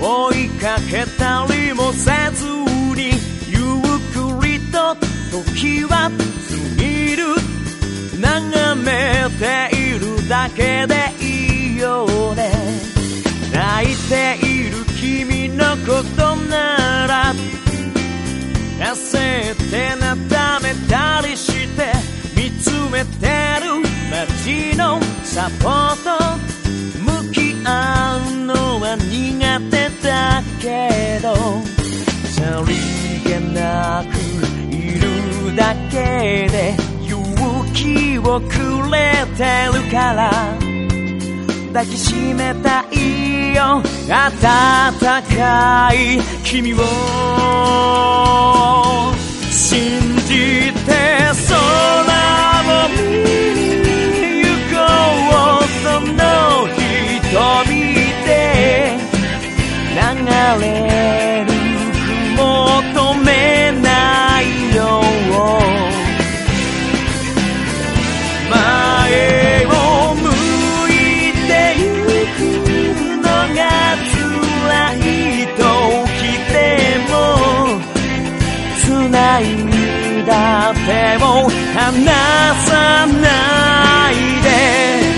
追いかけたりもせずにゆっくりと時は過ぎる眺めているだけでいいよね泣いている君のことなら焦ってなだめたりして見つめてる街のサポート向き合うのは苦手だけどさりげなくいるだけで勇気をくれてるから抱きしめたいよ暖かい君を信じて空を見に行こうその瞳で流れる雲を止めないよ前を向いてゆくのが辛い時でも繋いだ手を離さないで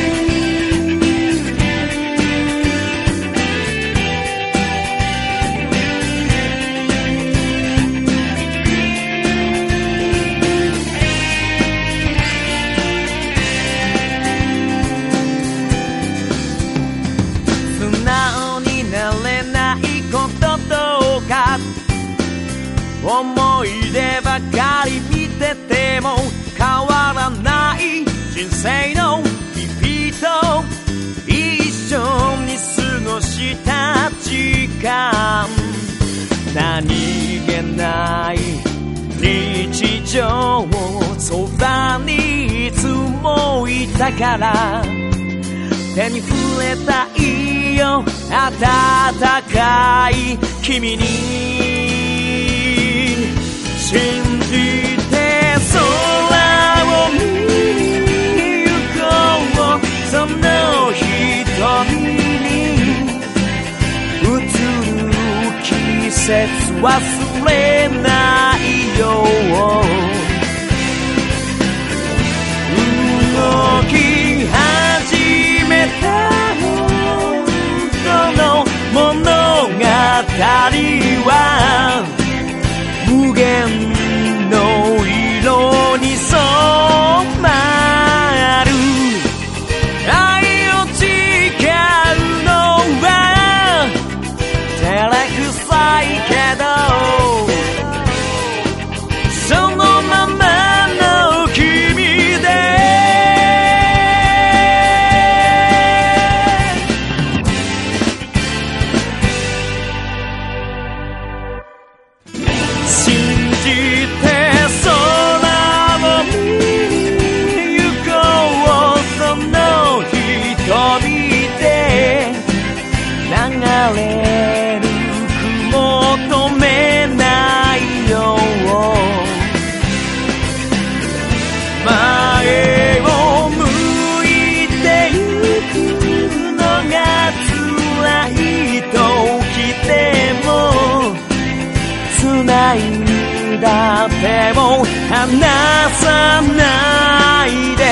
思い出ばかり見てても変わらない人生の日々と一緒に過ごした時間何気ない日常をそばにいつもいたから手に触れたいよ暖かい君に信じて空を見に行こうその瞳に映る季節忘れないよ動き始めた本当の物語は無限の色に染まる愛を誓うのは照れくさいけどそのままの君で信じて空を見に行こうその瞳で流れる雲を止めないよ前を向いてゆくのが辛い時でも繋いだ手を離さないで